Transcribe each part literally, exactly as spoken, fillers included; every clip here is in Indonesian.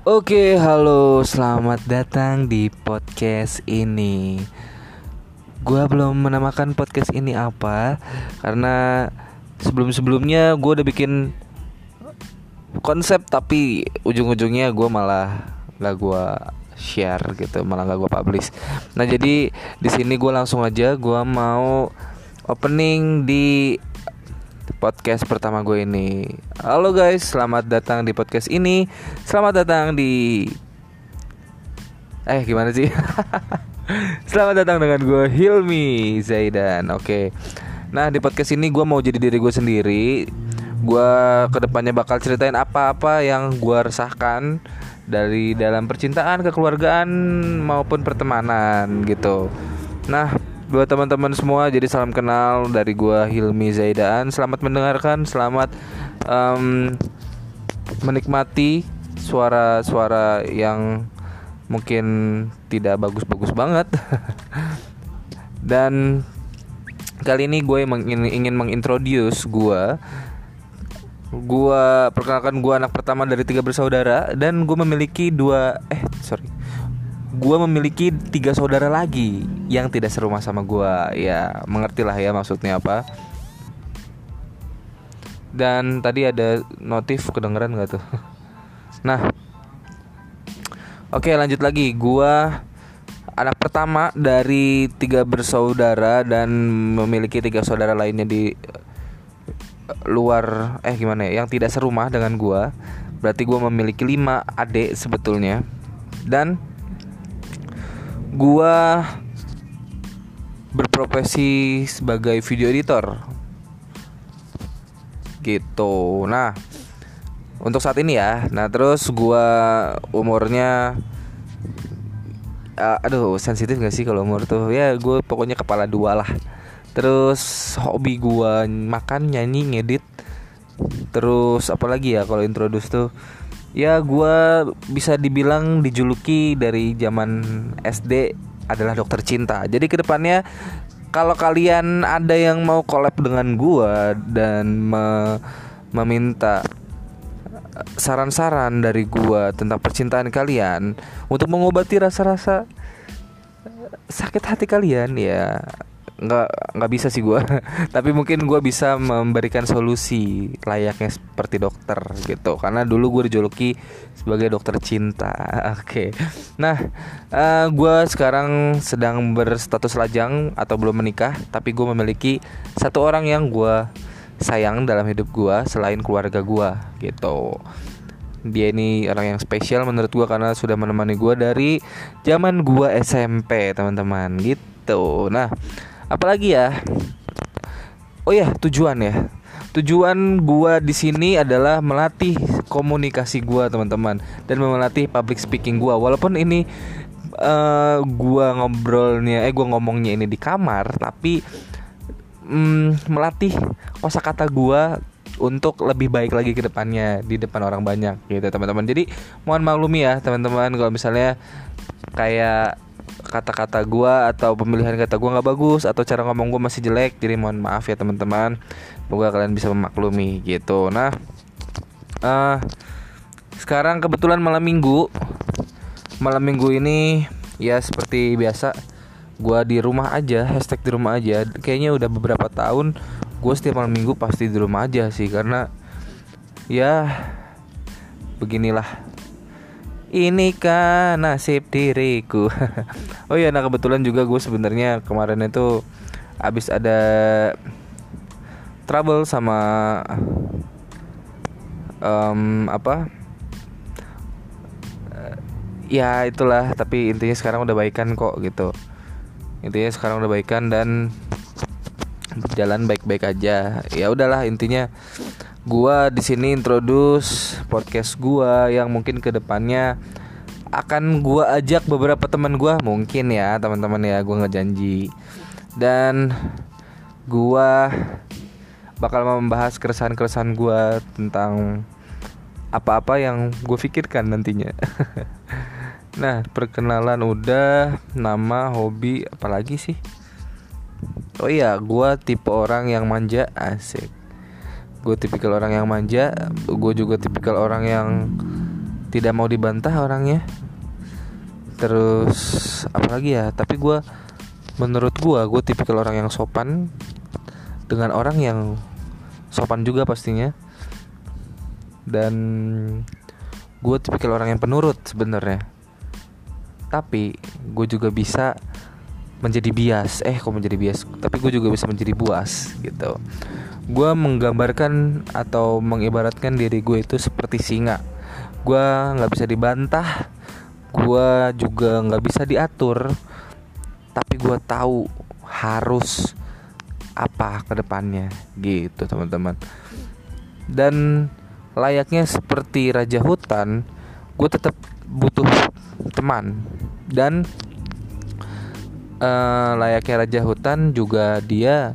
Oke, halo, selamat datang di podcast ini. Gua belum menamakan podcast ini apa, karena sebelum-sebelumnya gue udah bikin konsep, tapi ujung-ujungnya gue malah gak gue share gitu, malah gak gue publish. Nah jadi di sini gue langsung aja, gue mau opening di podcast pertama gue ini. Halo guys, selamat datang di podcast ini. Selamat datang di Eh gimana sih? Selamat datang dengan gue Hilmi Zaidan. Oke. Nah di podcast ini gue mau jadi diri gue sendiri. Gue kedepannya bakal ceritain apa-apa yang gue resahkan dari dalam percintaan, kekeluargaan maupun pertemanan gitu. Nah buat teman-teman semua, jadi salam kenal dari gua Hilmi Zaidan. Selamat mendengarkan, selamat um, menikmati suara-suara yang mungkin tidak bagus-bagus banget. Dan kali ini gue ingin, ingin mengintroduce gue. Gua perkenalkan, gue anak pertama dari tiga bersaudara dan gue memiliki dua eh sorry gue memiliki tiga saudara lagi yang tidak serumah sama gue. Ya mengerti lah ya maksudnya apa. Dan tadi ada notif, kedengeran gak tuh? Nah oke lanjut lagi. Gue anak pertama dari tiga bersaudara dan memiliki tiga saudara lainnya di luar Eh gimana ya, yang tidak serumah dengan gue. Berarti gue memiliki lima adik sebetulnya. Dan gua berprofesi sebagai video editor gitu. Nah untuk saat ini ya. Nah terus gua umurnya uh, aduh sensitif gak sih kalau umur tuh. Ya gue pokoknya kepala dua lah. Terus hobi gua makan, nyanyi, ngedit. Terus apalagi ya kalau introduce tuh, ya gue bisa dibilang dijuluki dari zaman S D adalah dokter cinta. Jadi kedepannya kalau kalian ada yang mau collab dengan gue dan me- meminta saran-saran dari gue tentang percintaan kalian untuk mengobati rasa-rasa sakit hati kalian, ya nggak nggak bisa sih gue. Tapi mungkin gue bisa memberikan solusi layaknya seperti dokter gitu, karena dulu gue dijuluki sebagai dokter cinta. Oke. Nah uh, gue sekarang sedang berstatus lajang atau belum menikah, tapi gue memiliki satu orang yang gue sayang dalam hidup gue selain keluarga gue gitu. Dia ini orang yang spesial menurut gue karena sudah menemani gue dari zaman gue S M P, teman-teman gitu. Nah apalagi ya? Oh ya, tujuan ya. Tujuan gua di sini adalah melatih komunikasi gua, teman-teman, dan melatih public speaking gua. Walaupun ini uh, gua ngobrolnya eh gua ngomongnya ini di kamar, tapi mm, melatih kosakata gua untuk lebih baik lagi ke depannya di depan orang banyak gitu, teman-teman. Jadi mohon maklumi ya, teman-teman, kalau misalnya kayak kata-kata gue atau pemilihan kata gue nggak bagus atau cara ngomong gue masih jelek, jadi mohon maaf ya teman-teman. Semoga kalian bisa memaklumi gitu. Nah uh, sekarang kebetulan malam minggu. Malam minggu ini ya seperti biasa gue di rumah aja. Hashtag di rumah aja. Kayaknya udah beberapa tahun gue setiap malam minggu pasti di rumah aja sih, karena ya beginilah, ini kan nasib diriku. Oh iya, nah kebetulan juga gue sebenarnya kemarin itu abis ada trouble sama um, apa? Ya itulah, tapi intinya sekarang udah baikan kok gitu. Intinya sekarang udah baikan dan berjalan baik-baik aja. Ya udahlah, intinya gua di sini introduce podcast gua yang mungkin kedepannya akan gua ajak beberapa teman gua, mungkin ya teman-teman ya, gua nggak janji. Dan gua bakal membahas keresahan-keresahan gua tentang apa-apa yang gue pikirkan nantinya. Nah perkenalan udah, nama, hobi, apalagi sih? Oh iya, gua tipe orang yang manja, asik. Gue tipikal orang yang manja. Gue juga tipikal orang yang tidak mau dibantah orangnya. Terus apalagi ya, tapi gue menurut gue gue tipikal orang yang sopan dengan orang yang sopan juga pastinya. Dan gue tipikal orang yang penurut sebenarnya. Tapi gue juga bisa menjadi bias. Eh kok menjadi bias? Tapi gue juga bisa menjadi buas gitu. Gue menggambarkan atau mengibaratkan diri gue itu seperti singa. Gue gak bisa dibantah, gue juga gak bisa diatur, tapi gue tahu harus apa ke depannya gitu teman-teman. Dan layaknya seperti raja hutan, gue tetap butuh teman. Dan uh, layaknya raja hutan juga dia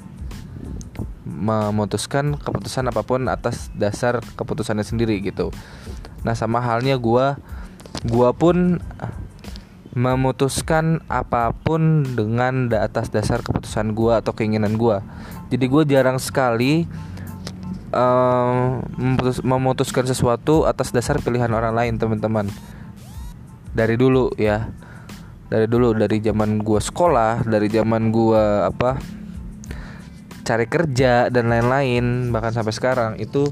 memutuskan keputusan apapun atas dasar keputusannya sendiri gitu. Nah sama halnya gue Gue pun memutuskan apapun dengan atas dasar keputusan gue atau keinginan gue. Jadi gue jarang sekali um, memutus, memutuskan sesuatu atas dasar pilihan orang lain teman-teman. Dari dulu ya, dari dulu dari zaman gue sekolah, dari zaman gue apa cari kerja dan lain-lain, bahkan sampai sekarang itu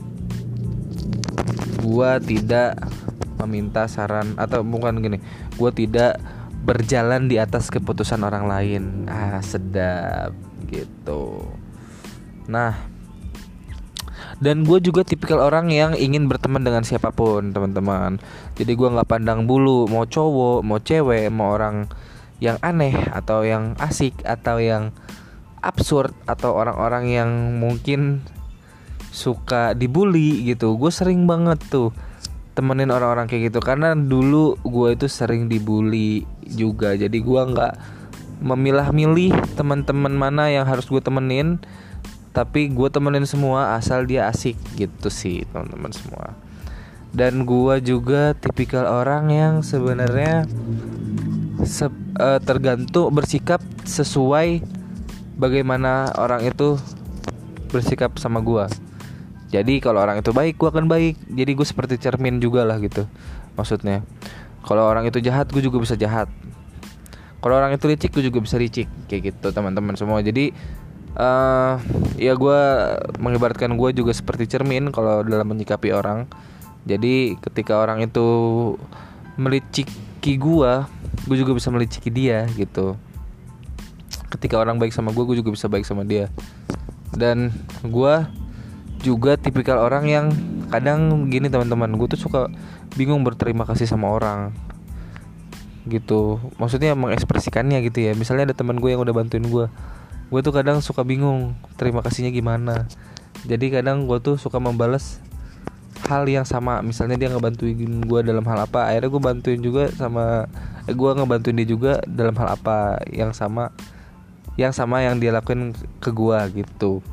gue tidak meminta saran atau bukan gini, gue tidak berjalan di atas keputusan orang lain. Ah sedap gitu. Nah, dan gue juga tipikal orang yang ingin berteman dengan siapapun teman-teman. Jadi gue nggak pandang bulu mau cowok mau cewek, mau orang yang aneh atau yang asik atau yang absurd atau orang-orang yang mungkin suka dibully gitu. Gue sering banget tuh temenin orang-orang kayak gitu, karena dulu gue itu sering dibully juga. Jadi gue nggak memilah-milih teman-teman mana yang harus gue temenin, tapi gue temenin semua asal dia asik gitu sih teman-teman semua. Dan gue juga tipikal orang yang sebenarnya se- uh, tergantung bersikap sesuai bagaimana orang itu bersikap sama gue. Jadi kalau orang itu baik, gue akan baik. Jadi gue seperti cermin juga lah gitu. Maksudnya, kalau orang itu jahat, gue juga bisa jahat. Kalau orang itu licik, gue juga bisa licik. Kayak gitu teman-teman semua. Jadi uh, ya gue mengibaratkan gue juga seperti cermin kalau dalam menyikapi orang. Jadi ketika orang itu meliciki gue, gue juga bisa meliciki dia gitu. Ketika orang baik sama gue, gue juga bisa baik sama dia. Dan gue juga tipikal orang yang kadang gini teman-teman, gue tuh suka bingung berterima kasih sama orang gitu. Maksudnya mengekspresikannya gitu ya. Misalnya ada teman gue yang udah bantuin gue, gue tuh kadang suka bingung terima kasihnya gimana. Jadi kadang gue tuh suka membalas hal yang sama. Misalnya dia ngebantuin gue dalam hal apa, akhirnya gue bantuin juga sama eh, gue ngebantuin dia juga dalam hal apa yang sama yang sama yang dia lakuin ke gue gitu.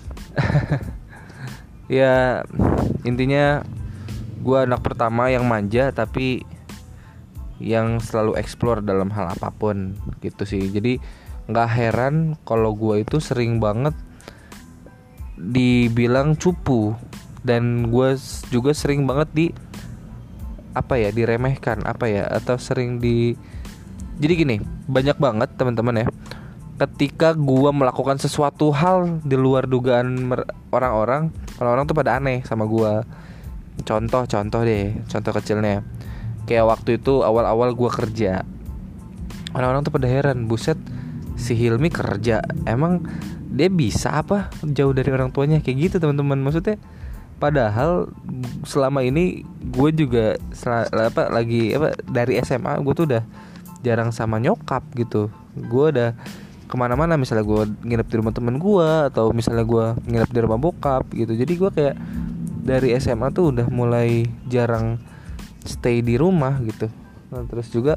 Ya intinya gue anak pertama yang manja tapi yang selalu explore dalam hal apapun gitu sih. Jadi gak heran kalau gue itu sering banget dibilang cupu. Dan gue juga sering banget di apa ya diremehkan apa ya atau sering di. Jadi gini, banyak banget teman-teman ya, ketika gue melakukan sesuatu hal di luar dugaan mer- orang-orang, orang-orang tuh pada aneh sama gue. Contoh-contoh deh, contoh kecilnya. Kayak waktu itu awal-awal gue kerja, orang-orang tuh pada heran, buset si Hilmi kerja, emang dia bisa apa jauh dari orang tuanya, kayak gitu teman-teman. Maksudnya padahal selama ini gue juga sel- apa lagi apa dari S M A gue tuh udah jarang sama nyokap gitu. Gue udah kemana-mana, misalnya gue nginep di rumah temen gue atau misalnya gue nginep di rumah bokap gitu. Jadi gue kayak dari S M A tuh udah mulai jarang stay di rumah gitu. Nah, terus juga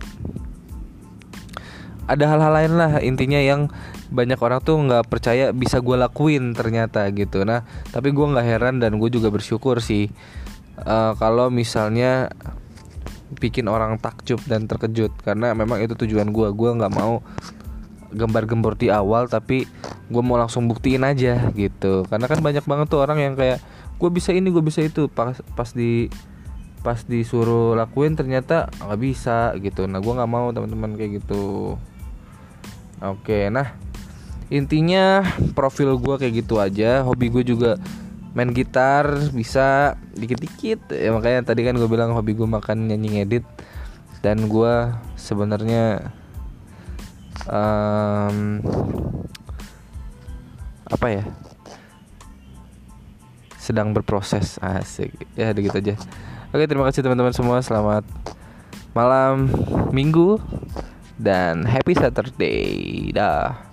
ada hal-hal lain lah intinya yang banyak orang tuh nggak percaya bisa gue lakuin ternyata gitu. Nah tapi gue nggak heran dan gue juga bersyukur sih uh, kalau misalnya bikin orang takjub dan terkejut, karena memang itu tujuan gue. Gue nggak mau gembar-gembor di awal, tapi gue mau langsung buktiin aja gitu. Karena kan banyak banget tuh orang yang kayak gue bisa ini, gue bisa itu, pas pas di pas disuruh lakuin ternyata nggak bisa gitu. Nah gue nggak mau teman-teman kayak gitu. Oke, nah intinya profil gue kayak gitu aja. Hobi gue juga main gitar bisa dikit-dikit ya, makanya tadi kan gue bilang hobi gue makan, nyanyi, ngedit. Dan gue sebenarnya um, apa ya, sedang berproses, asik ya, udah gitu aja. Oke, terima kasih teman-teman semua, selamat malam minggu dan happy Saturday dah.